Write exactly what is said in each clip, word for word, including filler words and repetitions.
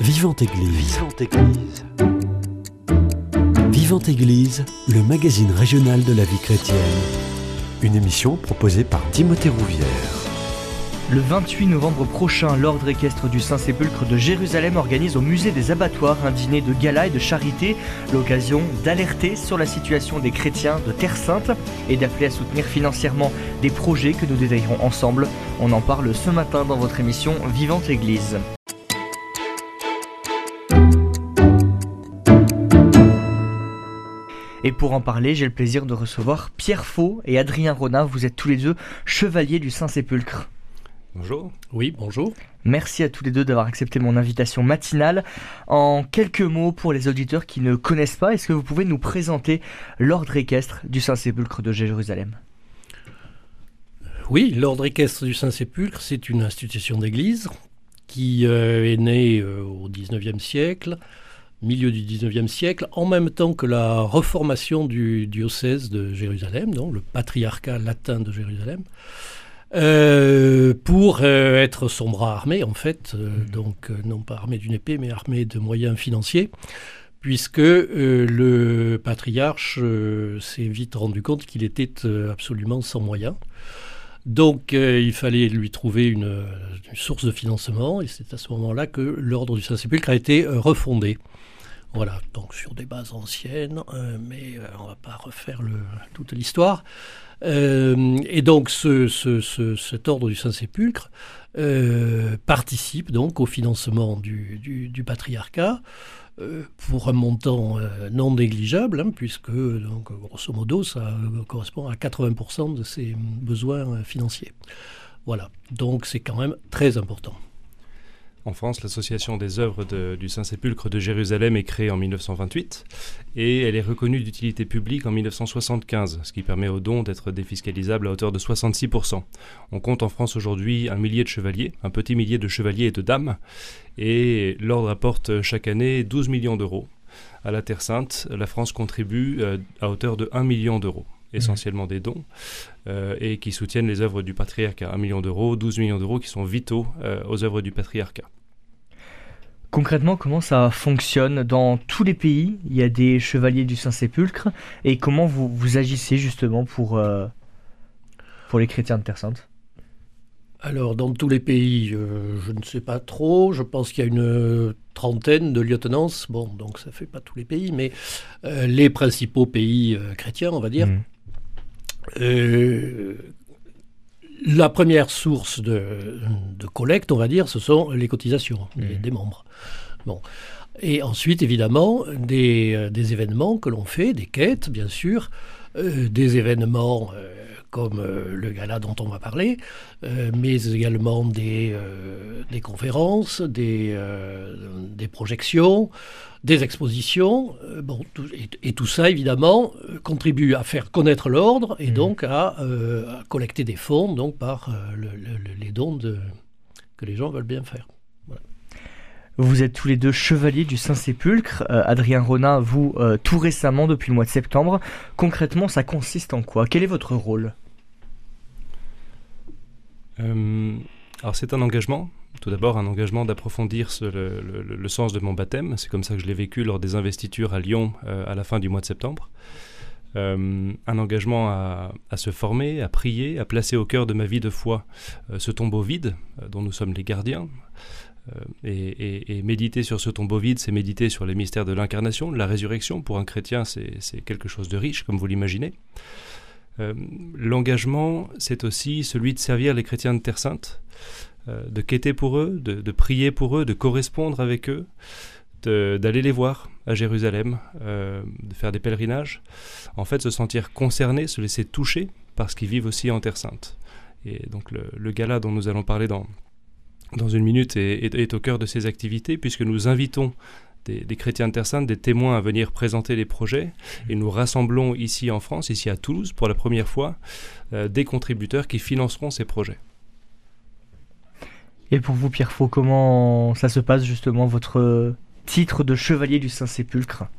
Vivante Église. Vivante Église. Vivante Église, le magazine régional de la vie chrétienne. Une émission proposée par Timothée Rouvière. Le vingt-huit novembre prochain, l'Ordre équestre du Saint-Sépulcre de Jérusalem organise au musée des abattoirs un dîner de gala et de charité, l'occasion d'alerter sur la situation des chrétiens de Terre Sainte et d'appeler à soutenir financièrement des projets que nous détaillerons ensemble. On en parle ce matin dans votre émission Vivante Église. Et pour en parler, j'ai le plaisir de recevoir Pierre Faux et Adrien Ronat. Vous êtes tous les deux chevaliers du Saint-Sépulcre. Bonjour. Oui, bonjour. Merci à tous les deux d'avoir accepté mon invitation matinale. En quelques mots pour les auditeurs qui ne connaissent pas, est-ce que vous pouvez nous présenter l'Ordre équestre du Saint-Sépulcre de Jérusalem ? Oui, l'Ordre équestre du Saint-Sépulcre, c'est une institution d'église qui euh, est née euh, au dix-neuvième siècle, milieu du dix-neuvième siècle, en même temps que la reformation du diocèse de Jérusalem, donc le patriarcat latin de Jérusalem. Euh, pour euh, être son bras armé, en fait, euh, mmh. donc euh, non pas armé d'une épée, mais armé de moyens financiers, puisque euh, le patriarche euh, s'est vite rendu compte qu'il était euh, absolument sans moyens. Donc euh, il fallait lui trouver une, une source de financement, et c'est à ce moment-là que l'Ordre du Saint-Sépulcre a été euh, refondé. Voilà, donc sur des bases anciennes, euh, mais euh, on ne va pas refaire le, toute l'histoire. Euh, et donc ce, ce, ce, cet ordre du Saint-Sépulcre euh, participe donc au financement du, du, du patriarcat euh, pour un montant euh, non négligeable, hein, puisque donc, grosso modo ça euh, correspond à quatre-vingts pour cent de ses besoins euh, financiers. Voilà, donc c'est quand même très important. En France, l'association des œuvres de, du Saint-Sépulcre de Jérusalem est créée en dix-neuf cent vingt-huit et elle est reconnue d'utilité publique en dix-neuf cent soixante-quinze, ce qui permet aux dons d'être défiscalisables à hauteur de soixante-six pour cent. On compte en France aujourd'hui un millier de chevaliers, un petit millier de chevaliers et de dames, et l'ordre apporte chaque année douze millions d'euros. À la Terre Sainte, la France contribue euh, à hauteur de un million d'euros. Essentiellement des dons, euh, et qui soutiennent les œuvres du patriarcat. un million d'euros, douze millions d'euros qui sont vitaux euh, aux œuvres du patriarcat. Concrètement, comment ça fonctionne dans tous les pays ? Il y a des chevaliers du Saint-Sépulcre, et comment vous, vous agissez justement pour, euh, pour les chrétiens de Terre Sainte ? Alors, dans tous les pays, euh, je ne sais pas trop. Je pense qu'il y a une trentaine de lieutenances. Bon, donc ça ne fait pas tous les pays, mais euh, les principaux pays euh, chrétiens, on va dire. Mmh. Euh, la première source de, de collecte, on va dire, ce sont les cotisations mmh. des, des membres. Bon. Et ensuite, évidemment, des, des événements que l'on fait, des quêtes, bien sûr, euh, des événements euh, comme euh, le gala dont on va parler, euh, mais également des, euh, des conférences, des, euh, des projections, des expositions. Euh, bon, tout, et, et tout ça, évidemment, euh, contribue à faire connaître l'ordre et mmh. donc à, euh, à collecter des fonds donc, par euh, le, le, les dons de, que les gens veulent bien faire. Voilà. Vous êtes tous les deux chevaliers du Saint-Sépulcre. Euh, Adrien Ronat, vous, euh, tout récemment, depuis le mois de septembre. Concrètement, ça consiste en quoi ? Quel est votre rôle ? euh, Alors, c'est un engagement. Tout d'abord, un engagement d'approfondir ce, le, le, le sens de mon baptême. C'est comme ça que je l'ai vécu lors des investitures à Lyon euh, à la fin du mois de septembre. Euh, un engagement à, à se former, à prier, à placer au cœur de ma vie de foi euh, ce tombeau vide euh, dont nous sommes les gardiens. Euh, et, et, et méditer sur ce tombeau vide, c'est méditer sur les mystères de l'incarnation, de la résurrection. Pour un chrétien, c'est, c'est quelque chose de riche, comme vous l'imaginez. Euh, l'engagement, c'est aussi celui de servir les chrétiens de Terre Sainte, euh, de quêter pour eux, de, de prier pour eux, de correspondre avec eux, de, d'aller les voir à Jérusalem, euh, de faire des pèlerinages. En fait, se sentir concerné, se laisser toucher parce qu'ils vivent aussi en Terre Sainte. Et donc le, le gala dont nous allons parler dans dans une minute est, est, est au cœur de ces activités, puisque nous invitons des, des chrétiens de Terre Sainte, des témoins à venir présenter les projets, et nous rassemblons ici en France, ici à Toulouse, pour la première fois, euh, des contributeurs qui financeront ces projets. Et pour vous, Pierre Faux, comment ça se passe justement, votre titre de chevalier du Saint-Sépulcre ?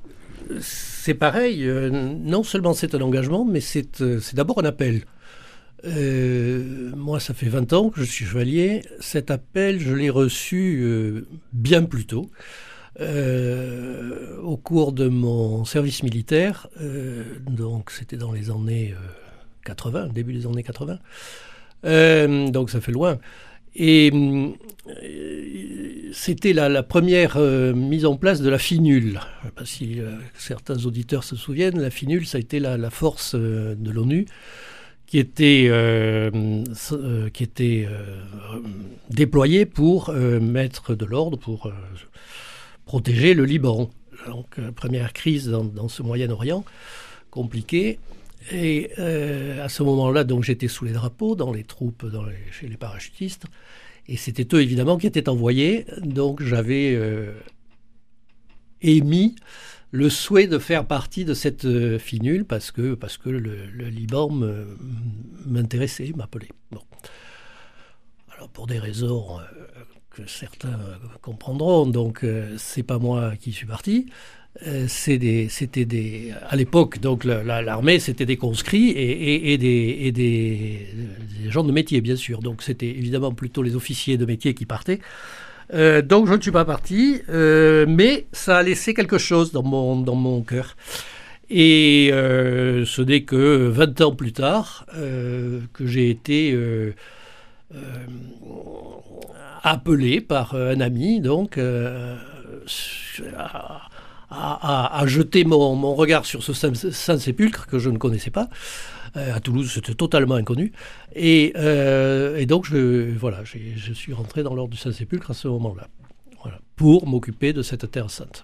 C'est pareil, euh, non seulement c'est un engagement, mais c'est, euh, c'est d'abord un appel. Euh, moi, ça fait vingt ans que je suis chevalier. Cet appel, je l'ai reçu euh, bien plus tôt. Euh, au cours de mon service militaire, euh, donc c'était dans les années euh, quatre-vingts, début des années quatre-vingts, euh, donc ça fait loin. Et euh, c'était la, la première euh, mise en place de la FINUL. Je ne sais pas si euh, certains auditeurs se souviennent, la FINUL, ça a été la, la force euh, de l'ONU qui était, euh, euh, qui était euh, déployée pour euh, mettre de l'ordre, pour euh, protéger le Liban. Donc, euh, première crise dans, dans ce Moyen-Orient, compliquée. Et euh, à ce moment-là, donc, j'étais sous les drapeaux, dans les troupes, dans les, chez les parachutistes. Et c'était eux, évidemment, qui étaient envoyés. Donc, j'avais euh, émis le souhait de faire partie de cette euh, FINUL parce que, parce que le, le Liban me, m'intéressait, m'appelait. Bon. Alors, pour des raisons euh, que certains comprendront, donc, euh, c'est pas moi qui suis parti. Euh, c'est des, c'était des, à l'époque, donc la, la, l'armée, c'était des conscrits et, et, et, des, et des, des gens de métier, bien sûr. Donc c'était évidemment plutôt les officiers de métier qui partaient. Euh, donc je ne suis pas parti, euh, mais ça a laissé quelque chose dans mon, dans mon cœur. Et euh, ce n'est que vingt ans plus tard euh, que j'ai été euh, euh, appelé par un ami, donc euh, à, À, à, à jeter mon, mon regard sur ce Saint-Sépulcre que je ne connaissais pas. Euh, à Toulouse, c'était totalement inconnu. Et, euh, et donc, je, voilà, j'ai, je suis rentré dans l'ordre du Saint-Sépulcre à ce moment-là, voilà, pour m'occuper de cette terre sainte.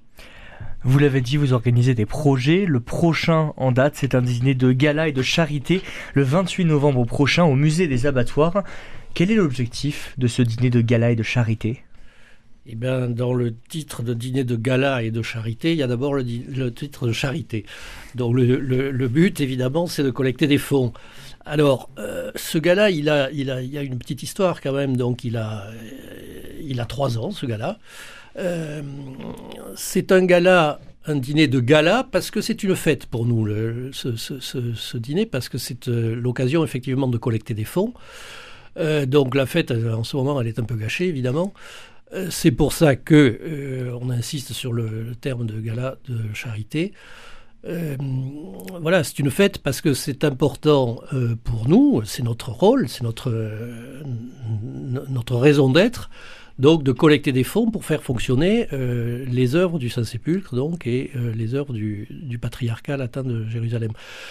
Vous l'avez dit, vous organisez des projets. Le prochain en date, c'est un dîner de gala et de charité le vingt-huit novembre prochain au musée des abattoirs. Quel est l'objectif de ce dîner de gala et de charité ? Eh bien, dans le titre de dîner de gala et de charité, il y a d'abord le, le titre de charité. Donc le, le, le but, évidemment, c'est de collecter des fonds. Alors, euh, ce gala, il a, il a, il y a une petite histoire quand même. Donc, il a, euh, il a trois ans, ce gala. Euh, c'est un gala, un dîner de gala, parce que c'est une fête pour nous, le, ce, ce, ce, ce dîner, parce que c'est euh, l'occasion, effectivement, de collecter des fonds. Euh, donc, la fête, en ce moment, elle est un peu gâchée, évidemment. C'est pour ça qu'on euh, insiste sur le, le terme de gala de charité. Euh, voilà, c'est une fête parce que c'est important euh, pour nous, c'est notre rôle, c'est notre, euh, n- notre raison d'être, donc de collecter des fonds pour faire fonctionner euh, les œuvres du Saint-Sépulcre donc, et euh, les œuvres du, du patriarcat latin de Jérusalem.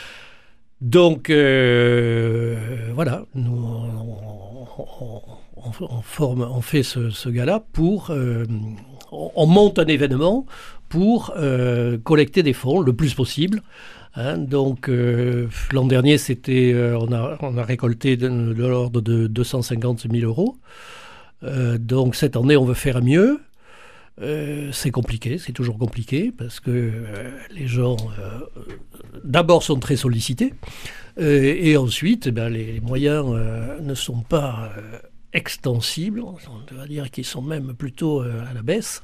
Donc, euh, voilà, nous, on, on, on, on, forme, on fait ce, ce gala pour... Euh, on, on monte un événement pour euh, collecter des fonds le plus possible. Hein, donc, euh, l'an dernier, c'était, euh, on, a, on a récolté de, de l'ordre de deux cent cinquante mille euros. Euh, donc, cette année, on veut faire mieux. Euh, c'est compliqué, c'est toujours compliqué parce que euh, les gens euh, d'abord sont très sollicités euh, et ensuite eh ben, les, les moyens euh, ne sont pas euh, extensibles, on va dire qu'ils sont même plutôt euh, à la baisse,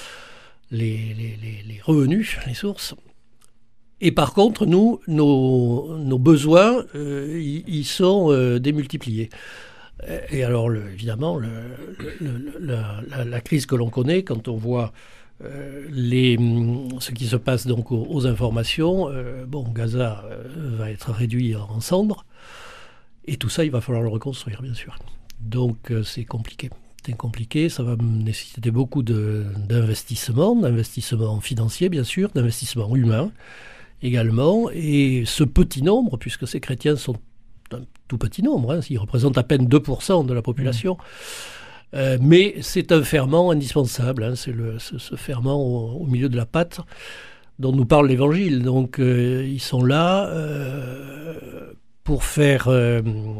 les, les, les, les revenus, les sources. Et par contre, nous, nos, nos besoins, euh, ils sont euh, démultipliés. Et alors, le, évidemment, le, le, la, la, la crise que l'on connaît, quand on voit euh, les, ce qui se passe donc aux, aux informations, euh, bon, Gaza euh, va être réduit en cendres, et tout ça, il va falloir le reconstruire, bien sûr. Donc, euh, c'est compliqué. C'est compliqué, ça va nécessiter beaucoup de, d'investissements, d'investissements financiers, bien sûr, d'investissements humains également, et ce petit nombre, puisque ces chrétiens sont un tout petit nombre, hein, ils représentent à peine deux pour cent de la population. Mmh. Euh, mais c'est un ferment indispensable, hein, c'est le, ce, ce ferment au, au milieu de la pâte dont nous parle l'Évangile. Donc euh, ils sont là euh, pour faire euh,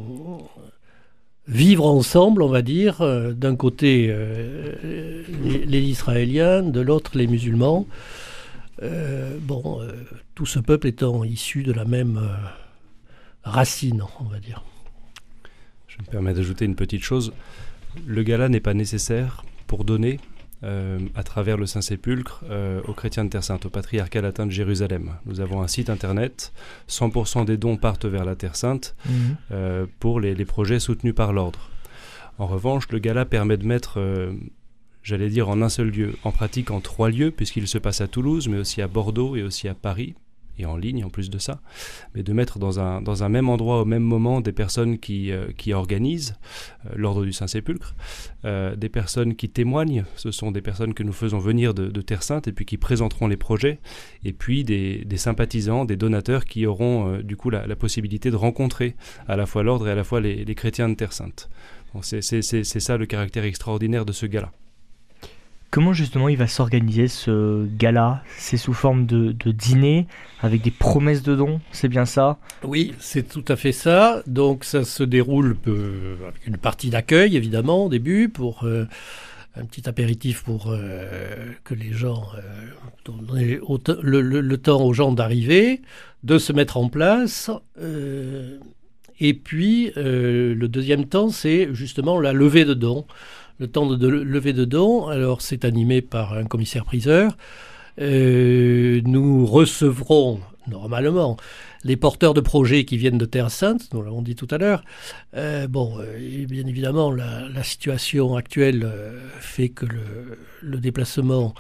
vivre ensemble, on va dire, euh, d'un côté euh, les, les Israéliens, de l'autre les musulmans. Euh, bon, euh, tout ce peuple étant issu de la même... Euh, racine, on va dire. Je me permets d'ajouter une petite chose. Le gala n'est pas nécessaire pour donner. euh, à travers le Saint-Sépulcre euh, aux chrétiens de Terre Sainte, au patriarcat latin de Jérusalem. Nous avons un site internet, cent pour cent des dons partent vers la Terre Sainte mmh. euh, pour les, les projets soutenus par l'ordre. En revanche, le gala permet de mettre, euh, j'allais dire en un seul lieu, en pratique en trois lieux, puisqu'il se passe à Toulouse, mais aussi à Bordeaux et aussi à Paris, et en ligne en plus de ça, mais de mettre dans un, dans un même endroit au même moment des personnes qui, euh, qui organisent euh, l'ordre du Saint-Sépulcre, euh, des personnes qui témoignent, ce sont des personnes que nous faisons venir de, de Terre Sainte et puis qui présenteront les projets, et puis des, des sympathisants, des donateurs qui auront euh, du coup la, la possibilité de rencontrer à la fois l'ordre et à la fois les, les chrétiens de Terre Sainte. Donc c'est, c'est, c'est, c'est ça le caractère extraordinaire de ce gala. Comment justement il va s'organiser ce gala? C'est sous forme de, de dîner avec des promesses de dons, c'est bien ça? Oui, c'est tout à fait ça. Donc ça se déroule euh, avec une partie d'accueil évidemment au début pour euh, un petit apéritif pour euh, que les gens euh, donner le, le, le temps aux gens d'arriver, de se mettre en place. Euh, et puis euh, le deuxième temps, c'est justement la levée de dons. Le temps de, de lever de dons, alors c'est animé par un commissaire-priseur. Euh, nous recevrons normalement les porteurs de projets qui viennent de Terre Sainte, nous l'avons dit tout à l'heure. Euh, bon, euh, bien évidemment, la, la situation actuelle euh, fait que le, le déplacement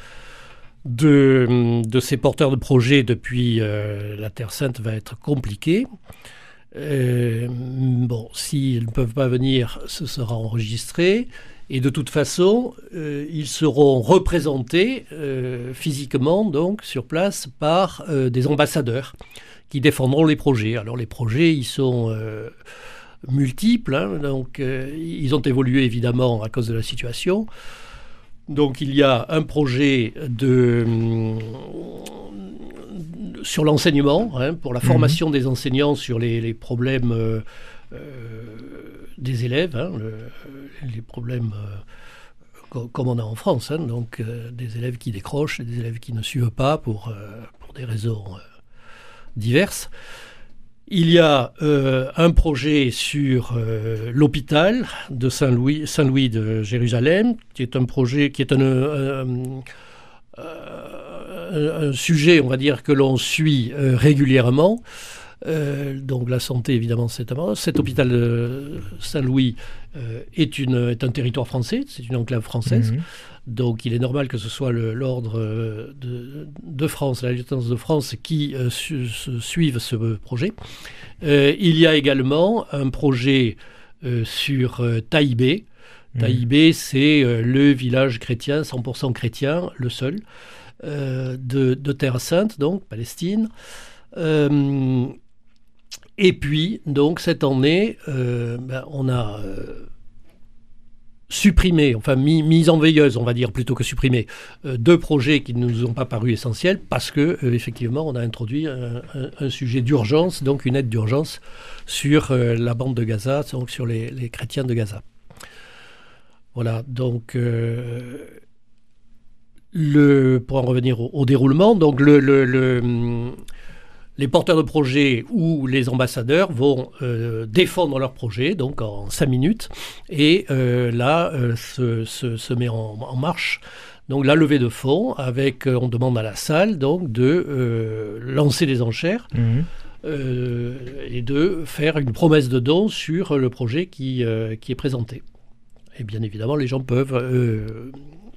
de, de ces porteurs de projets depuis euh, la Terre Sainte va être compliqué. Euh, bon, s'ils ne peuvent pas venir, ce sera enregistré. Et de toute façon, euh, ils seront représentés euh, physiquement, donc, sur place, par euh, des ambassadeurs qui défendront les projets. Alors, les projets, ils sont euh, multiples, hein, donc euh, ils ont évolué, évidemment, à cause de la situation. Donc, il y a un projet de, euh, sur l'enseignement, hein, pour la formation mmh. des enseignants sur les, les problèmes... Euh, Euh, des élèves, hein, le, les problèmes euh, co- comme on a en France, hein, donc euh, des élèves qui décrochent et des élèves qui ne suivent pas pour, euh, pour des raisons euh, diverses. Il y a euh, un projet sur euh, l'hôpital de Saint-Louis, Saint-Louis de Jérusalem, qui est un projet qui est un, un, un, un sujet, on va dire, que l'on suit euh, régulièrement. Euh, donc la santé, évidemment, c'est un... Cet hôpital de Saint-Louis euh, est, une, est un territoire français, c'est une enclave française. Mmh. Donc il est normal que ce soit le, l'ordre de, de France, la lieutenance de France, qui euh, su, su, suive ce projet. Euh, il y a également un projet euh, sur euh, Taïbé. Mmh. Taïbé, c'est euh, le village chrétien, cent pour cent chrétien, le seul, euh, de, de Terre Sainte, donc Palestine. Euh, Et puis, donc, cette année, euh, ben, on a euh, supprimé, enfin mis, mis en veilleuse, on va dire, plutôt que supprimé, euh, deux projets qui ne nous ont pas paru essentiels parce que, euh, effectivement, on a introduit un, un, un sujet d'urgence, donc une aide d'urgence sur euh, la bande de Gaza, donc sur les, les chrétiens de Gaza. Voilà, donc... Euh, le, pour en revenir au, au déroulement, donc le... le, le les porteurs de projets ou les ambassadeurs vont euh, défendre leur projet, donc en cinq minutes, et euh, là euh, se, se, se met en, en marche donc la levée de fonds, avec, euh, on demande à la salle donc de euh, lancer des enchères mmh. euh, et de faire une promesse de don sur le projet qui, euh, qui est présenté. Et bien évidemment, les gens peuvent... Euh,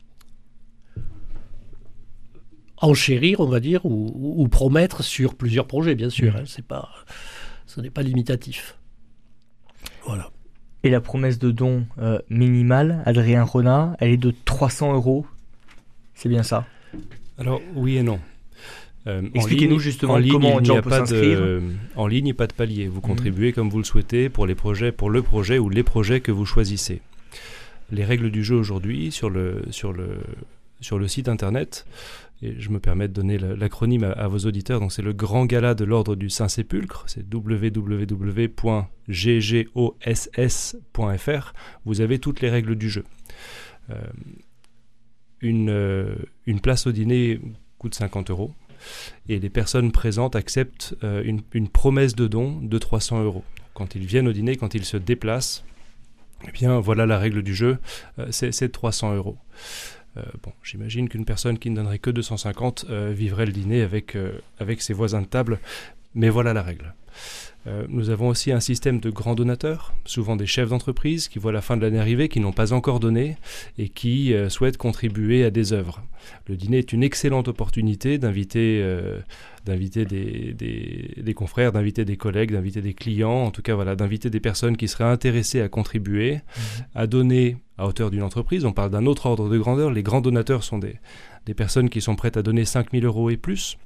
enchérir, on va dire, ou, ou, ou promettre sur plusieurs projets, bien sûr. Mmh. Hein, c'est pas, ce n'est pas limitatif. Voilà. Et la promesse de don euh, minimale, Adrien Ronat, elle est de trois cents euros. C'est bien ça? Alors, oui et non. Euh, Expliquez-nous ligne, justement ligne, comment on peut pas s'inscrire. De, en ligne, pas de palier. Vous contribuez mmh. comme vous le souhaitez pour les projets, pour le projet ou les projets que vous choisissez. Les règles du jeu aujourd'hui sur le, sur le, sur le site internet... Et je me permets de donner l'acronyme à, à vos auditeurs. Donc c'est le Grand Gala de l'Ordre du Saint-Sépulcre. C'est w w w point g g o s s point f r. Vous avez toutes les règles du jeu. Euh, une, euh, une place au dîner coûte cinquante euros. Et les personnes présentes acceptent euh, une, une promesse de don de trois cents euros. Quand ils viennent au dîner, quand ils se déplacent, eh bien voilà la règle du jeu. Euh, c'est, c'est trois cents euros. Euh, bon, j'imagine qu'une personne qui ne donnerait que deux cent cinquante euh, vivrait le dîner avec, euh, avec ses voisins de table, mais voilà la règle. Euh, nous avons aussi un système de grands donateurs, souvent des chefs d'entreprise qui voient la fin de l'année arriver, qui n'ont pas encore donné et qui euh, souhaitent contribuer à des œuvres. Le dîner est une excellente opportunité d'inviter, euh, d'inviter des, des, des confrères, d'inviter des collègues, d'inviter des clients, en tout cas voilà, d'inviter des personnes qui seraient intéressées à contribuer, mmh. à donner à hauteur d'une entreprise. On parle d'un autre ordre de grandeur. Les grands donateurs sont des, des personnes qui sont prêtes à donner cinq mille euros et plus.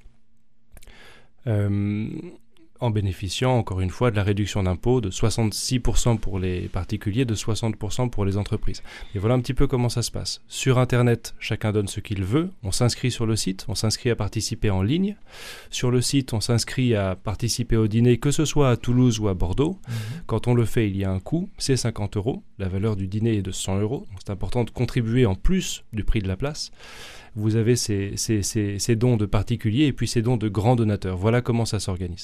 Euh, en bénéficiant, encore une fois, de la réduction d'impôt de soixante-six pour cent pour les particuliers, de soixante pour cent pour les entreprises. Et voilà un petit peu comment ça se passe. Sur Internet, chacun donne ce qu'il veut. On s'inscrit sur le site, on s'inscrit à participer en ligne. Sur le site, on s'inscrit à participer au dîner, que ce soit à Toulouse ou à Bordeaux. Mmh. Quand on le fait, il y a un coût, c'est cinquante euros. La valeur du dîner est de cent euros. Donc c'est important de contribuer en plus du prix de la place. Vous avez ces, ces, ces, ces dons de particuliers et puis ces dons de grands donateurs. Voilà comment ça s'organise.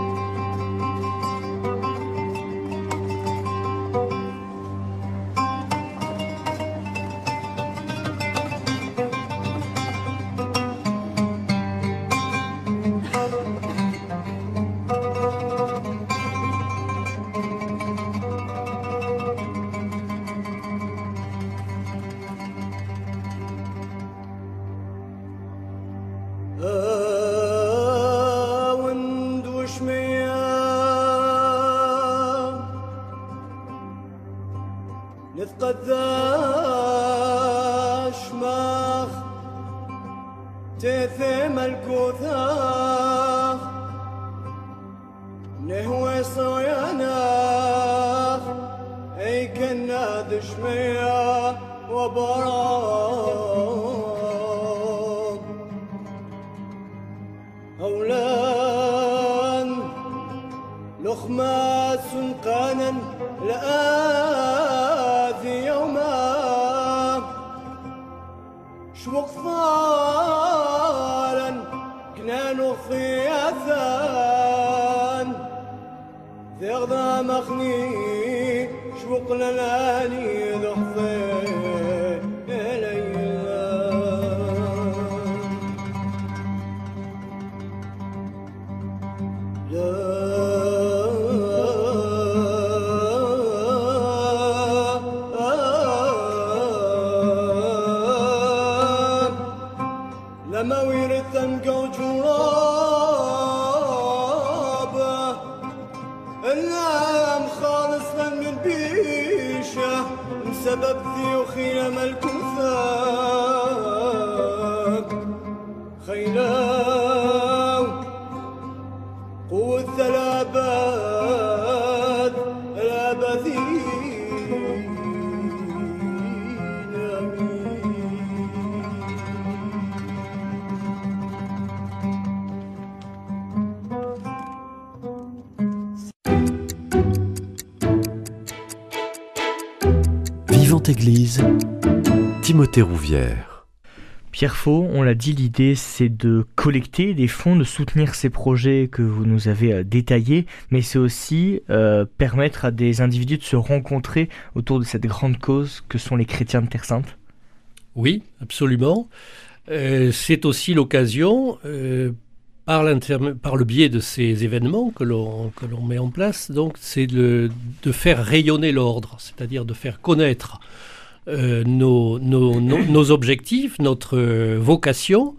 Vivante Église, Timothée Rouvière. Pierre Faux, on l'a dit, l'idée c'est de collecter des fonds, de soutenir ces projets que vous nous avez euh, détaillés, mais c'est aussi euh, permettre à des individus de se rencontrer autour de cette grande cause que sont les chrétiens de Terre Sainte. Oui, absolument. Euh, c'est aussi l'occasion, euh, par, par le biais de ces événements que l'on, que l'on met en place, donc, c'est de, de faire rayonner l'ordre, c'est-à-dire de faire connaître euh, nos, nos, nos, nos objectifs, notre vocation,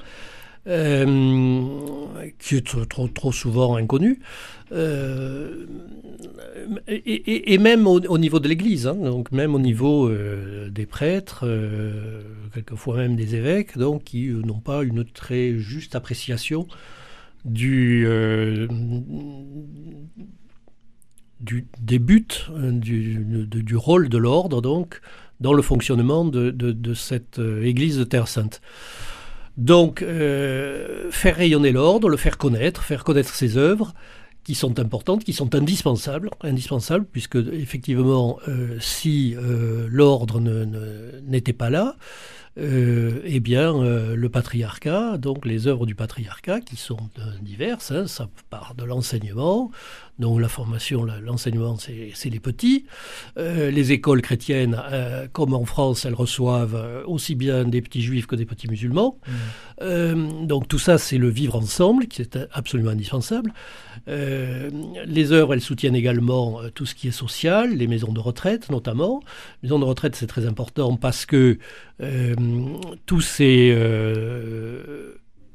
euh, qui est trop, trop souvent inconnue, euh, et, et, et même au, au niveau de l'Église, hein, donc même au niveau euh, des prêtres, euh, quelquefois même des évêques, donc, qui euh, n'ont pas une très juste appréciation du, euh, du, des buts, du, de, du rôle de l'ordre, donc, dans le fonctionnement de, de, de cette euh, Église de Terre Sainte. Donc, euh, faire rayonner l'ordre, le faire connaître, faire connaître ses œuvres, qui sont importantes, qui sont indispensables, indispensables puisque, effectivement, euh, si euh, l'ordre ne, ne, n'était pas là, Euh, eh bien, euh, le patriarcat, donc les œuvres du patriarcat, qui sont euh, diverses, hein, ça part de l'enseignement, Donc la formation, la, l'enseignement, c'est, c'est les petits. Euh, les écoles chrétiennes, euh, comme en France, elles reçoivent aussi bien des petits juifs que des petits musulmans. Mmh. Euh, donc tout ça, c'est le vivre ensemble, qui est absolument indispensable. Euh, les œuvres, elles soutiennent également euh, tout ce qui est social, les maisons de retraite notamment. Les maisons de retraite, c'est très important parce que euh, tous ces... Euh,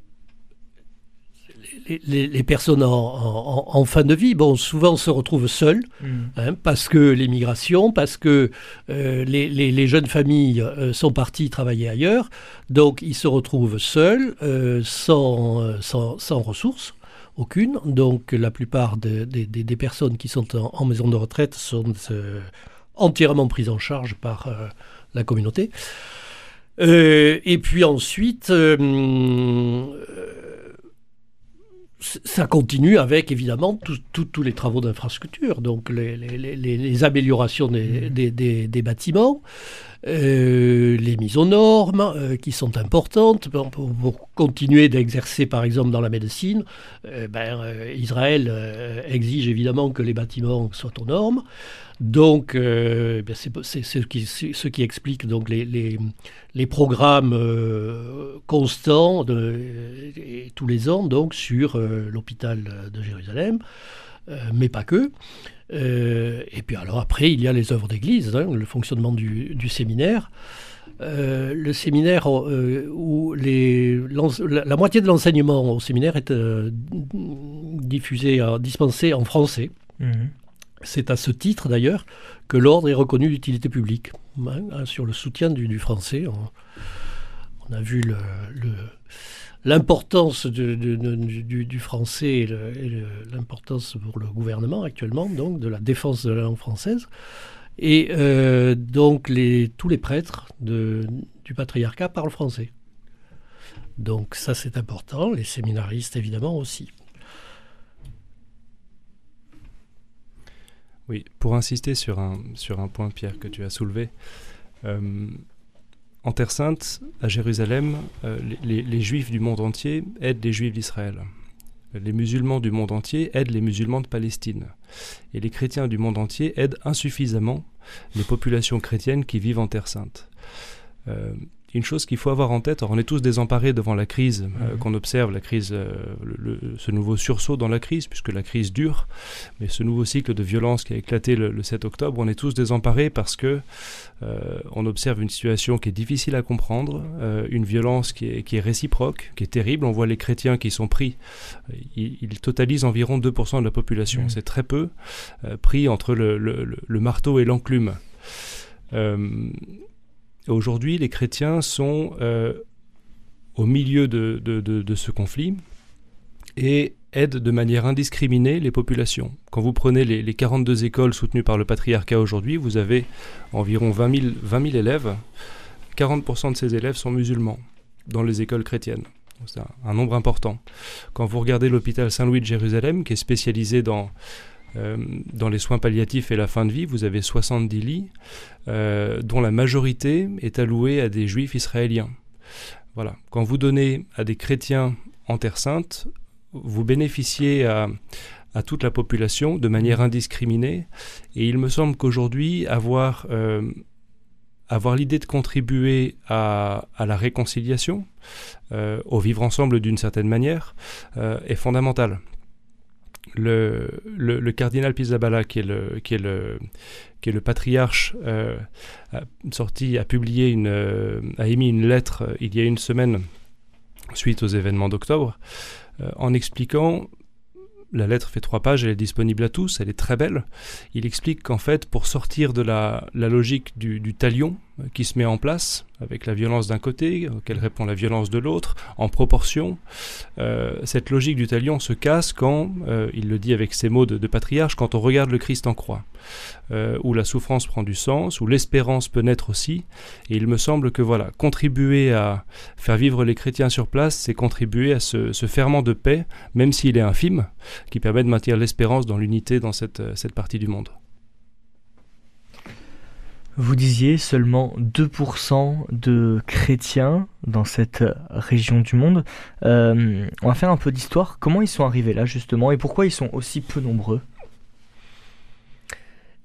Les, les, les personnes en, en, en fin de vie, bon, souvent se retrouvent seules, mmh. hein, parce que l'émigration, parce que euh, les, les, les jeunes familles euh, sont parties travailler ailleurs, donc ils se retrouvent seuls, euh, sans, sans, sans ressources aucune. Donc la plupart de, de, de, des personnes qui sont en, en maison de retraite sont euh, entièrement prises en charge par euh, la communauté. Euh, et puis ensuite... Euh, euh, Ça continue avec, évidemment, tous les travaux d'infrastructure, donc les, les, les, les améliorations des, des, des, des bâtiments, euh, les mises aux normes euh, qui sont importantes pour, pour continuer d'exercer, par exemple, dans la médecine. Euh, ben, euh, Israël euh, exige évidemment que les bâtiments soient aux normes. Donc, euh, ben c'est, c'est ce, qui, c'est ce qui explique donc les, les, les programmes euh, constants de, et tous les ans donc, sur euh, l'hôpital de Jérusalem, euh, mais pas que. Euh, et puis alors après, il y a les œuvres d'église, hein, le fonctionnement du, du séminaire. Euh, le séminaire euh, où les, la, la moitié de l'enseignement au séminaire est euh, diffusé, euh, dispensé en français. Mmh. C'est à ce titre, d'ailleurs, que l'ordre est reconnu d'utilité publique. Hein, sur le soutien du, du français, on, on a vu le, le, l'importance de, de, de, du, du français et, le, et le, l'importance pour le gouvernement actuellement, donc, de la défense de la langue française. Et euh, donc, les, tous les prêtres de, du patriarcat parlent français. Donc ça, c'est important. Les séminaristes, évidemment, aussi. Oui, pour insister sur un, sur un point, Pierre, que tu as soulevé, euh, en Terre Sainte, à Jérusalem, euh, les, les Juifs du monde entier aident les Juifs d'Israël. Les musulmans du monde entier aident les musulmans de Palestine. Et les chrétiens du monde entier aident insuffisamment les populations chrétiennes qui vivent en Terre Sainte. Euh, Une chose qu'il faut avoir en tête, alors on est tous désemparés devant la crise euh, qu'on observe, la crise, euh, le, le, ce nouveau sursaut dans la crise, puisque la crise dure, mais ce nouveau cycle de violence qui a éclaté le, le sept octobre, on est tous désemparés parce que euh, on observe une situation qui est difficile à comprendre, euh, une violence qui est, qui est réciproque, qui est terrible. On voit les chrétiens qui sont pris, ils, ils totalisent environ deux pour cent de la population, mmh. c'est très peu, euh, pris entre le, le, le, le marteau et l'enclume. Euh, Aujourd'hui, les chrétiens sont euh, au milieu de, de, de, de ce conflit et aident de manière indiscriminée les populations. Quand vous prenez les, les quarante-deux écoles soutenues par le patriarcat aujourd'hui, vous avez environ vingt mille élèves. quarante pour cent de ces élèves sont musulmans dans les écoles chrétiennes. C'est un, un nombre important. Quand vous regardez l'hôpital Saint-Louis de Jérusalem, qui est spécialisé dans... Euh, dans les soins palliatifs et la fin de vie, vous avez soixante-dix lits, euh, dont la majorité est allouée à des juifs israéliens. Voilà. Quand vous donnez à des chrétiens en Terre Sainte, vous bénéficiez à, à toute la population de manière indiscriminée. Et il me semble qu'aujourd'hui, avoir, euh, avoir l'idée de contribuer à, à la réconciliation, euh, au vivre ensemble d'une certaine manière, euh, est fondamental. Le, le, le cardinal Pizzaballa, qui est le, qui est le, qui est le patriarche, euh, a, sorti, a publié, une, euh, a émis une lettre euh, il y a une semaine suite aux événements d'octobre, euh, en expliquant, la lettre fait trois pages, elle est disponible à tous, elle est très belle. Il explique qu'en fait, pour sortir de la, la logique du, du talion euh, qui se met en place, avec la violence d'un côté, auquel répond la violence de l'autre, en proportion, euh, cette logique du talion se casse quand, euh, il le dit avec ces mots de, de patriarche, quand on regarde le Christ en croix, euh, où la souffrance prend du sens, où l'espérance peut naître aussi. Et il me semble que voilà, contribuer à faire vivre les chrétiens sur place, c'est contribuer à ce, ce ferment de paix, même s'il est infime, qui permet de maintenir l'espérance dans l'unité dans cette, cette partie du monde. Vous disiez seulement deux pour cent de chrétiens dans cette région du monde. Euh, on va faire un peu d'histoire. Comment ils sont arrivés là justement et pourquoi ils sont aussi peu nombreux ?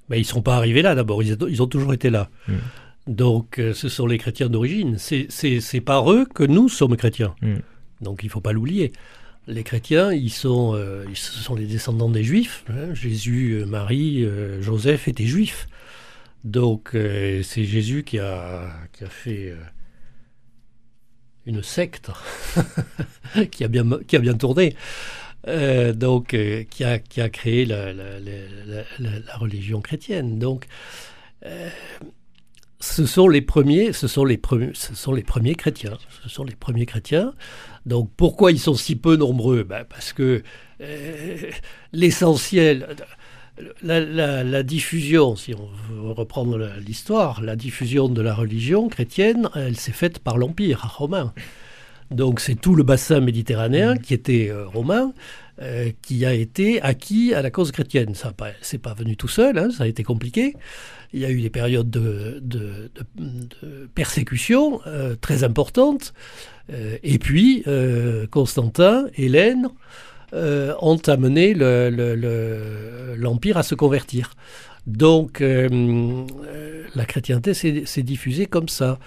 Ben, ils ne sont pas arrivés là d'abord, ils, ils ont toujours été là. Mm. Donc euh, ce sont les chrétiens d'origine. C'est, c'est, c'est par eux que nous sommes chrétiens. Mm. Donc il ne faut pas l'oublier. Les chrétiens, ils sont, euh, ils, ce sont les descendants des Juifs. Hein. Jésus, euh, Marie, euh, Joseph étaient Juifs. Donc euh, c'est Jésus qui a, qui a fait euh, une secte qui, a bien, qui a bien tourné. Euh, donc euh, qui, a, qui a créé la, la, la, la, la religion chrétienne. Donc euh, ce sont les premiers, ce sont les premiers, ce sont les premiers chrétiens. Ce sont les premiers chrétiens. Donc pourquoi ils sont si peu nombreux ? Ben, parce que euh, l'essentiel, la, la, la diffusion, si on veut reprendre la, l'histoire, la diffusion de la religion chrétienne, elle s'est faite par l'Empire romain. Donc c'est tout le bassin méditerranéen qui était euh, romain, euh, qui a été acquis à la cause chrétienne. Ça pas, c'est pas venu tout seul, hein, ça a été compliqué. Il y a eu des périodes de, de, de, de persécution euh, très importantes. Euh, et puis euh, Constantin, Hélène euh, ont amené le, le, le, l'Empire à se convertir. Donc euh, euh, la chrétienté s'est, s'est diffusée comme ça.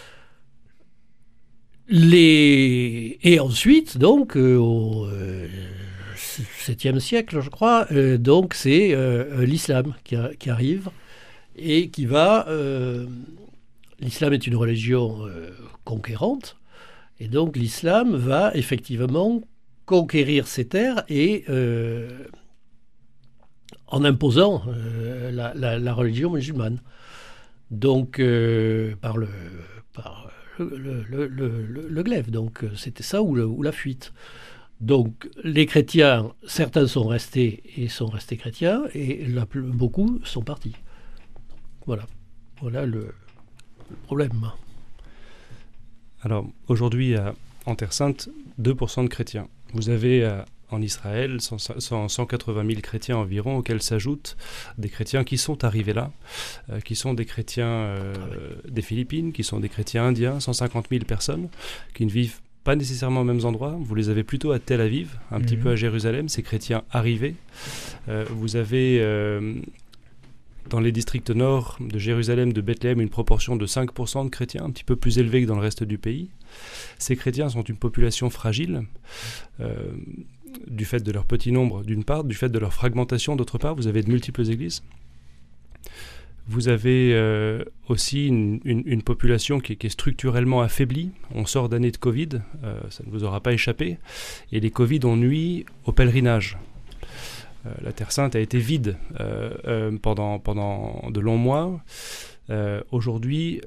Les... Et ensuite, donc, euh, au euh, septième siècle, je crois, euh, donc c'est euh, l'islam qui, a, qui arrive et qui va... Euh, l'islam est une religion euh, conquérante, et donc l'islam va effectivement conquérir ces terres et euh, en imposant euh, la, la, la religion musulmane. Donc, euh, par le... Par, Le, le, le, le, le glaive, donc c'était ça ou, le, ou la fuite. Donc les chrétiens, certains sont restés et sont restés chrétiens, et la, beaucoup sont partis. Voilà, voilà le, le problème. Alors aujourd'hui, à, en Terre Sainte, deux pour cent de chrétiens. Vous avez à, en Israël cent, cent, cent quatre-vingt mille chrétiens environ, auxquels s'ajoutent des chrétiens qui sont arrivés là, euh, qui sont des chrétiens euh, ah oui. des Philippines, qui sont des chrétiens indiens, cent cinquante mille personnes, qui ne vivent pas nécessairement aux mêmes endroits. Vous les avez plutôt à Tel Aviv, un mmh. petit peu à Jérusalem, ces chrétiens arrivés. Euh, vous avez... Euh, dans les districts nord de Jérusalem, de Bethléem, une proportion de cinq pour cent de chrétiens, un petit peu plus élevée que dans le reste du pays. Ces chrétiens sont une population fragile, euh, du fait de leur petit nombre d'une part, du fait de leur fragmentation d'autre part. Vous avez de multiples églises. Vous avez euh, aussi une, une, une population qui, qui est structurellement affaiblie. On sort d'années de Covid, euh, ça ne vous aura pas échappé, et les Covid ont nui au pèlerinage. Euh, la Terre Sainte a été vide euh, euh, pendant, pendant de longs mois. Euh, aujourd'hui,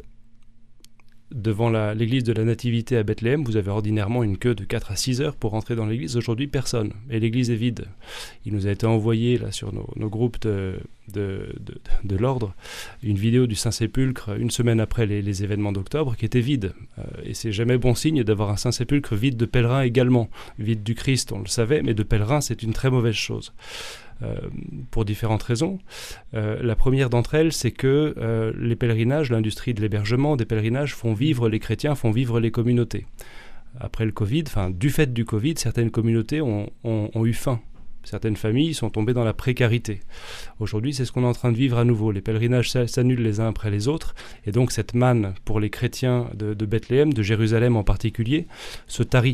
devant la, l'église de la Nativité à Bethléem, vous avez ordinairement une queue de quatre à six heures pour rentrer dans l'église. Aujourd'hui, personne. Et l'église est vide. Il nous a été envoyé là, sur nos, nos groupes de, de, de, de l'ordre une vidéo du Saint-Sépulcre une semaine après les, les événements d'octobre qui était vide. Euh, et c'est jamais bon signe d'avoir un Saint-Sépulcre vide de pèlerins également. Vide du Christ, on le savait, mais de pèlerins, c'est une très mauvaise chose. Euh, pour différentes raisons. Euh, la première d'entre elles, c'est que euh, les pèlerinages, l'industrie de l'hébergement des pèlerinages font vivre les chrétiens, font vivre les communautés. Après le Covid, enfin, du fait du Covid, certaines communautés ont, ont, ont eu faim. Certaines familles sont tombées dans la précarité. Aujourd'hui, c'est ce qu'on est en train de vivre à nouveau. Les pèlerinages s'annulent les uns après les autres, et donc cette manne pour les chrétiens de, de Bethléem, de Jérusalem en particulier, se tarit.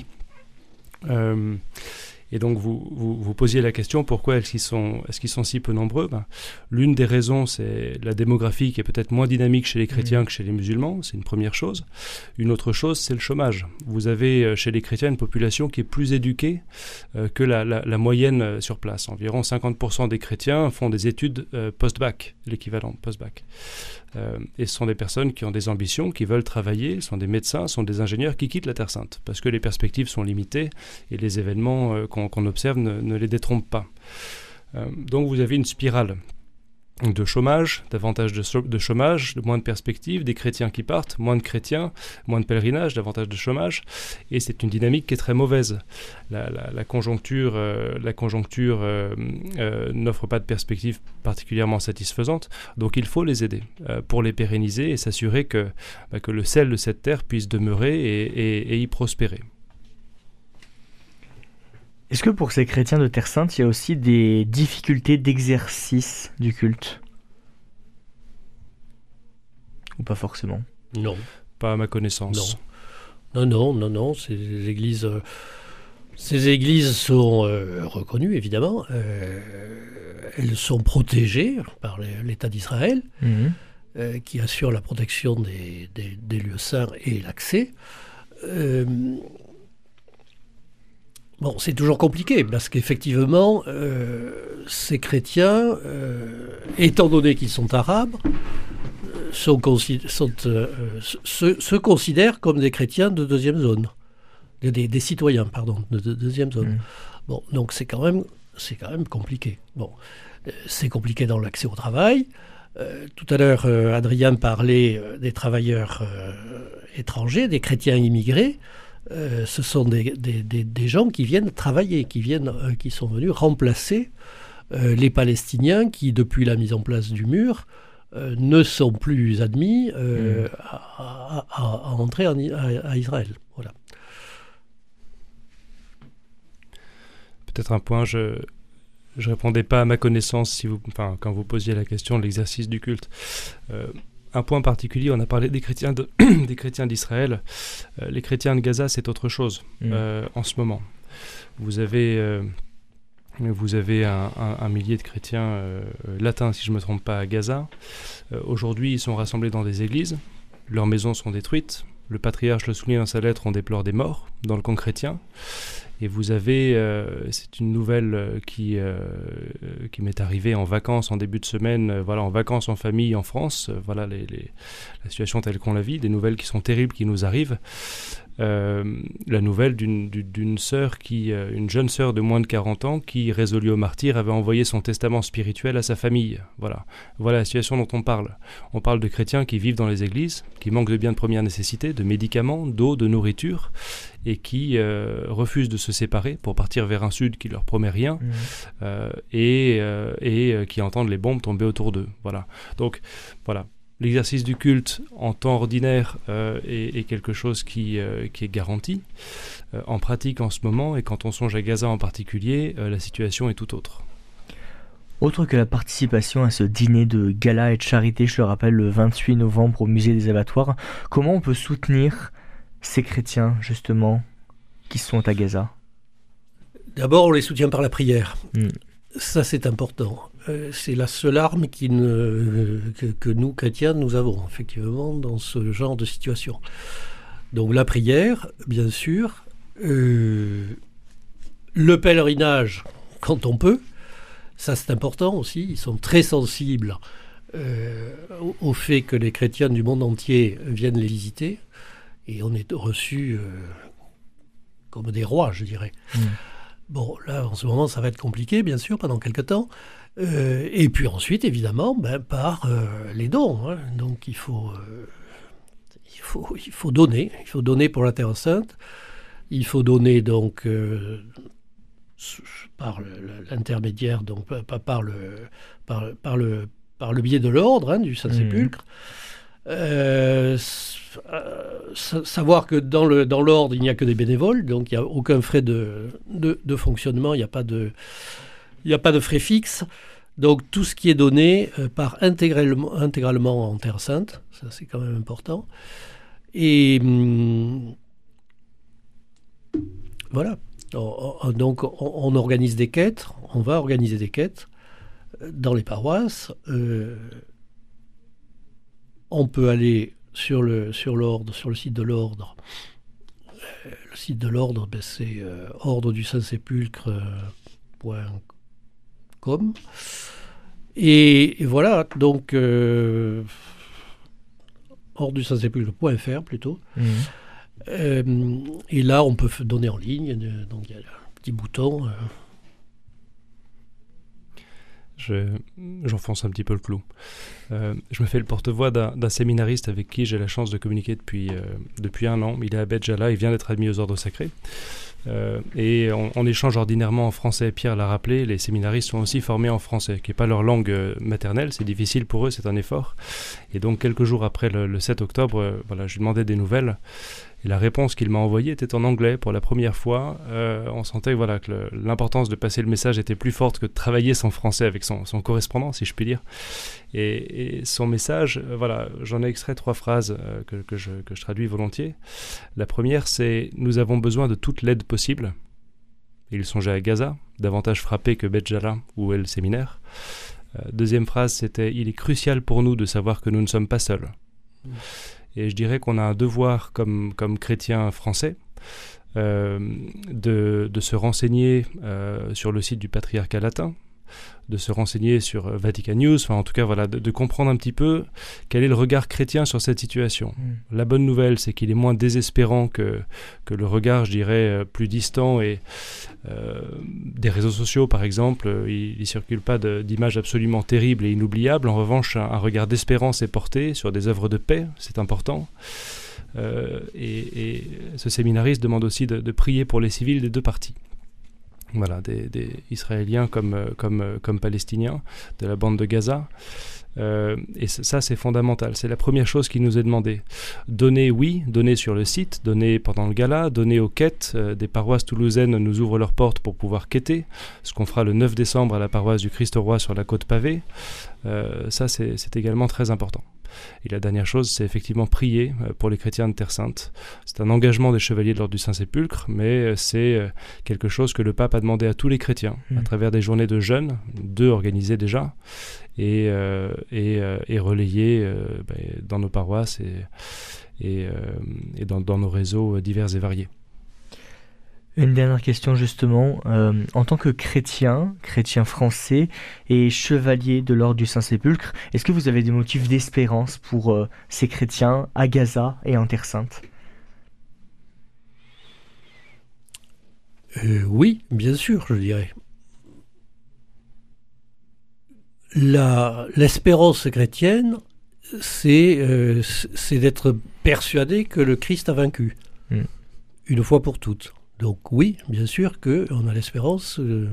Euh, Et donc vous, vous, vous posiez la question, pourquoi est-ce qu'ils sont, est-ce qu'ils sont si peu nombreux ? Ben, l'une des raisons, c'est la démographie qui est peut-être moins dynamique chez les chrétiens mmh. que chez les musulmans, c'est une première chose. Une autre chose, c'est le chômage. Vous avez chez les chrétiens une population qui est plus éduquée euh, que la, la, la moyenne sur place. Environ cinquante pour cent des chrétiens font des études euh, post-bac, l'équivalent post-bac. Euh, et ce sont des personnes qui ont des ambitions, qui veulent travailler, sont des médecins, sont des ingénieurs qui quittent la Terre Sainte, parce que les perspectives sont limitées et les événements euh, qu'on, qu'on observe ne, ne les détrompent pas. Euh, donc vous avez une spirale de chômage, davantage de, so- de chômage, de moins de perspectives, des chrétiens qui partent, moins de chrétiens, moins de pèlerinage, davantage de chômage, et c'est une dynamique qui est très mauvaise. La, la, la conjoncture, euh, la conjoncture euh, euh, n'offre pas de perspectives particulièrement satisfaisantes, donc il faut les aider euh, pour les pérenniser et s'assurer que, bah, que le sel de cette terre puisse demeurer et, et, et y prospérer. Est-ce que pour ces chrétiens de Terre Sainte, il y a aussi des difficultés d'exercice du culte ? Ou pas forcément? Non. Pas à ma connaissance. Non, non, non, non. non. Ces églises, euh, ces églises sont euh, reconnues, évidemment. Euh, elles sont protégées par les, l'État d'Israël, mmh. euh, qui assure la protection des, des, des lieux saints et l'accès. Euh, bon, c'est toujours compliqué, parce qu'effectivement, euh, ces chrétiens, euh, étant donné qu'ils sont arabes, sont, sont, euh, se, se considèrent comme des chrétiens de deuxième zone, des, des citoyens, pardon, de, de deuxième zone. Mmh. Bon, donc c'est quand même, c'est quand même compliqué. Bon, euh, c'est compliqué dans l'accès au travail. Euh, tout à l'heure, euh, Adrien parlait euh, des travailleurs euh, étrangers, des chrétiens immigrés. Euh, ce sont des, des, des, des gens qui viennent travailler, qui, viennent, euh, qui sont venus remplacer euh, les Palestiniens qui, depuis la mise en place du mur, euh, ne sont plus admis euh, mmh. à, à, à entrer en, à, à Israël. Voilà. Peut-être un point, je je répondais pas à ma connaissance si vous, enfin, quand vous posiez la question de l'exercice du culte. Euh, un point particulier, on a parlé des chrétiens, de, des chrétiens d'Israël. Euh, les chrétiens de Gaza, c'est autre chose mmh. euh, en ce moment. Vous avez, euh, vous avez un, un, un millier de chrétiens euh, latins, si je ne me trompe pas, à Gaza. Euh, aujourd'hui, ils sont rassemblés dans des églises. Leurs maisons sont détruites. Le patriarche le souligne dans sa lettre, on déplore des morts dans le camp chrétien. Et vous avez, euh, c'est une nouvelle euh, qui, euh, qui m'est arrivée en vacances en début de semaine, euh, voilà, en vacances en famille en France, euh, voilà les, les, la situation telle qu'on la vit, des nouvelles qui sont terribles qui nous arrivent. Euh, la nouvelle d'une, d'une sœur, qui, euh, une jeune sœur de moins de quarante ans qui, résolue au martyre, avait envoyé son testament spirituel à sa famille. Voilà. Voilà la situation dont on parle. On parle de chrétiens qui vivent dans les églises, qui manquent de biens de première nécessité, de médicaments, d'eau, de nourriture, et qui euh, refusent de se séparer pour partir vers un sud qui leur promet rien, mmh. euh, et, euh, et euh, qui entendent les bombes tomber autour d'eux. Voilà. Donc, voilà. L'exercice du culte en temps ordinaire euh, est, est quelque chose qui, euh, qui est garanti. Euh, en pratique en ce moment, et quand on songe à Gaza en particulier, euh, la situation est tout autre. Autre que la participation à ce dîner de gala et de charité, je le rappelle, le vingt-huit novembre au musée des abattoirs, comment on peut soutenir ces chrétiens, justement, qui sont à Gaza? D'abord, on les soutient par la prière. Mmh. Ça, c'est important. Euh, c'est la seule arme qui ne, euh, que, que nous, chrétiens, nous avons, effectivement, dans ce genre de situation. Donc, la prière, bien sûr. Euh, le pèlerinage, quand on peut. Ça, c'est important aussi. Ils sont très sensibles euh, au, au fait que les chrétiens du monde entier viennent les visiter. Et on est reçus euh, comme des rois, je dirais. Mmh. Bon, là, en ce moment, ça va être compliqué, bien sûr, pendant quelque temps. Euh, et puis ensuite, évidemment, ben, par euh, les dons. Hein. Donc, il faut, euh, il, faut, il faut donner. Il faut donner pour la Terre Sainte. Il faut donner, donc, euh, par le, l'intermédiaire, donc, pas par le, par, par le, par le biais de l'ordre, hein, du Saint-Sépulcre. Mmh. Euh, euh, savoir que dans, le, dans l'ordre, il n'y a que des bénévoles, donc il n'y a aucun frais de, de, de fonctionnement, il n'y a pas de, il n'y a pas de frais fixes. Donc tout ce qui est donné euh, part intégralement, intégralement en Terre Sainte, ça c'est quand même important. Et hum, voilà. On, on, donc on, on organise des quêtes, on va organiser des quêtes dans les paroisses. Euh, on peut aller sur le, sur l'ordre, sur le site de l'ordre. Euh, le site de l'ordre, ben, c'est euh, ordre du Saint-Sépulcre point com. Et, et voilà, donc euh, ordre du Saint-Sépulcre point f r plutôt. Mmh. Euh, et là, on peut donner en ligne. Donc il y a un petit bouton. Euh, Je, j'enfonce un petit peu le clou. Euh, je me fais le porte-voix d'un, d'un séminariste avec qui j'ai la chance de communiquer depuis, euh, depuis un an. Il est à Bet Jala, il vient d'être admis aux ordres sacrés. Euh, et on, on échange ordinairement en français. Pierre l'a rappelé, les séminaristes sont aussi formés en français, qui n'est pas leur langue euh, maternelle. C'est difficile pour eux, c'est un effort. Et donc quelques jours après le, le sept octobre, euh, voilà, je lui demandais des nouvelles. Et la réponse qu'il m'a envoyée était en anglais pour la première fois. Euh, on sentait voilà, que le, l'importance de passer le message était plus forte que de travailler son français avec son, son correspondant, si je puis dire. Et, et son message, euh, voilà, j'en ai extrait trois phrases euh, que, que, je, que je traduis volontiers. La première, c'est « Nous avons besoin de toute l'aide possible ». Il songeait à Gaza, davantage frappé que Beth Jala, où est le séminaire. Euh, deuxième phrase, c'était « Il est crucial pour nous de savoir que nous ne sommes pas seuls mmh. ». Et je dirais qu'on a un devoir comme, comme chrétiens français euh, de, de se renseigner euh, sur le site du patriarcat latin, de se renseigner sur Vatican News, enfin en tout cas voilà, de, de comprendre un petit peu quel est le regard chrétien sur cette situation. Mmh. La bonne nouvelle, c'est qu'il est moins désespérant que, que le regard, je dirais, plus distant et euh, des réseaux sociaux par exemple. Il ne circule pas de, d'images absolument terribles et inoubliables. En revanche, un, un regard d'espérance est porté sur des œuvres de paix, c'est important. Euh, et, et ce séminariste demande aussi de, de prier pour les civils des deux parties. Voilà, des, des Israéliens comme, comme, comme Palestiniens, de la bande de Gaza. Euh, et ça, c'est fondamental. C'est la première chose qui nous est demandée. Donner, oui, donner sur le site, donner pendant le gala, donner aux quêtes. Euh, des paroisses toulousaines nous ouvrent leurs portes pour pouvoir quêter, ce qu'on fera le neuf décembre à la paroisse du Christ-Roi sur la côte pavée. Euh, ça, c'est, c'est également très important. Et la dernière chose, c'est effectivement prier pour les chrétiens de Terre Sainte. C'est un engagement des chevaliers de l'ordre du Saint-Sépulcre, mais c'est quelque chose que le pape a demandé à tous les chrétiens, mmh. à travers des journées de jeûne, deux organisées déjà, et, euh, et, euh, et relayées euh, bah, dans nos paroisses et, et, euh, et dans, dans nos réseaux divers et variés. Une dernière question justement, euh, en tant que chrétien, chrétien français et chevalier de l'ordre du Saint-Sépulcre, est-ce que vous avez des motifs d'espérance pour euh, ces chrétiens à Gaza et en Terre Sainte ? euh, Oui, bien sûr, je dirais. La, l'espérance chrétienne, c'est, euh, c'est d'être persuadé que le Christ a vaincu, mm. une fois pour toutes. Donc oui, bien sûr qu'on a l'espérance euh,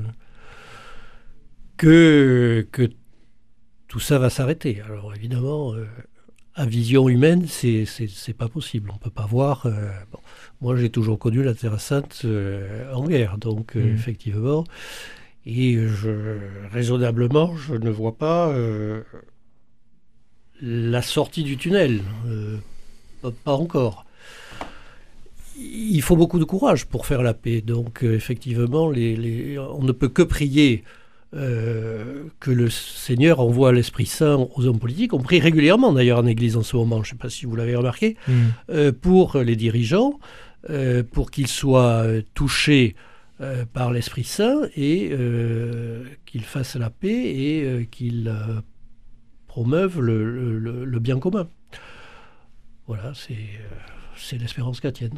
que, que tout ça va s'arrêter. Alors évidemment, euh, à vision humaine, c'est, c'est, c'est pas possible. On peut pas voir... Euh, bon. Moi, j'ai toujours connu la Terre Sainte euh, en guerre, donc euh, mmh. effectivement. Et je, raisonnablement, je ne vois pas euh, la sortie du tunnel. Euh, pas, pas encore. Il faut beaucoup de courage pour faire la paix. Donc, euh, effectivement, les, les, on ne peut que prier euh, que le Seigneur envoie l'Esprit Saint aux hommes politiques. On prie régulièrement, d'ailleurs, en Église en ce moment, je ne sais pas si vous l'avez remarqué, mmh. euh, pour les dirigeants, euh, pour qu'ils soient touchés euh, par l'Esprit Saint et euh, qu'ils fassent la paix et euh, qu'ils euh, promeuvent le, le, le bien commun. Voilà, c'est, euh, c'est l'espérance chrétienne.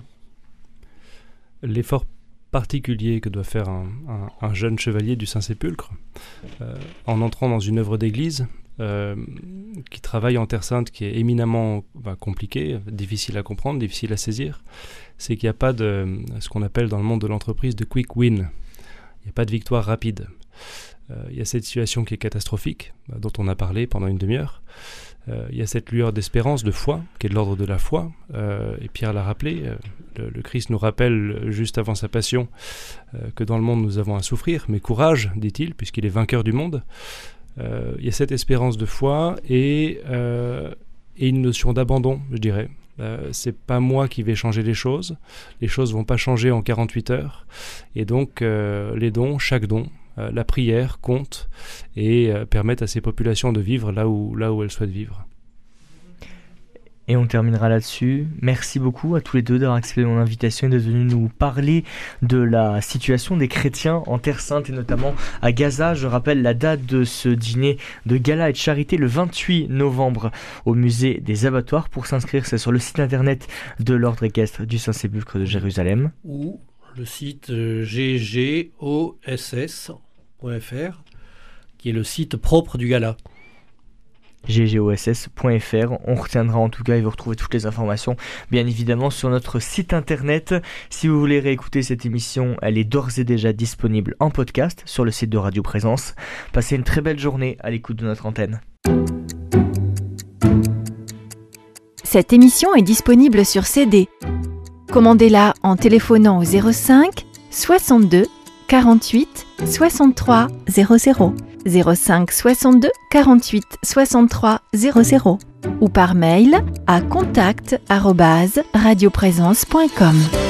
L'effort particulier que doit faire un, un, un jeune chevalier du Saint-Sépulcre euh, en entrant dans une œuvre d'église euh, qui travaille en Terre Sainte, qui est éminemment bah, compliquée, difficile à comprendre, difficile à saisir, c'est qu'il n'y a pas de ce qu'on appelle dans le monde de l'entreprise de quick win. Il n'y a pas de victoire rapide. Euh, il y a cette situation qui est catastrophique, bah, dont on a parlé pendant une demi-heure. Euh, il y a cette lueur d'espérance, de foi, qui est de l'ordre de la foi. Euh, et Pierre l'a rappelé, euh, le, le Christ nous rappelle juste avant sa passion euh, que dans le monde nous avons à souffrir, mais courage, dit-il, puisqu'il est vainqueur du monde. Euh, il y a cette espérance de foi et, euh, et une notion d'abandon, je dirais. Euh, c'est pas moi qui vais changer les choses. Les choses vont pas changer en quarante-huit heures. Et donc, euh, les dons, chaque don, euh, la prière compte et euh, permettent à ces populations de vivre là où, là où elles souhaitent vivre. Et on terminera là-dessus. Merci beaucoup à tous les deux d'avoir accepté mon invitation et d'être venus nous parler de la situation des chrétiens en Terre Sainte et notamment à Gaza. Je rappelle la date de ce dîner de gala et de charité le vingt-huit novembre au musée des abattoirs. Pour s'inscrire, c'est sur le site internet de l'ordre équestre du Saint-Sépulcre de Jérusalem. Ou le site g g o s s point f r qui est le site propre du gala. g g o s s point f r. On retiendra en tout cas et vous retrouvez toutes les informations bien évidemment sur notre site internet. Si vous voulez réécouter cette émission, elle est d'ores et déjà disponible en podcast sur le site de Radio Présence. Passez une très belle journée à l'écoute de notre antenne. Cette émission est disponible sur C D. Commandez-la en téléphonant au zéro cinq soixante-deux quarante-huit soixante-trois zéro zéro, zéro cinq soixante-deux quarante-huit soixante-trois zéro zéro ou par mail à contact arobase radioprésence point com.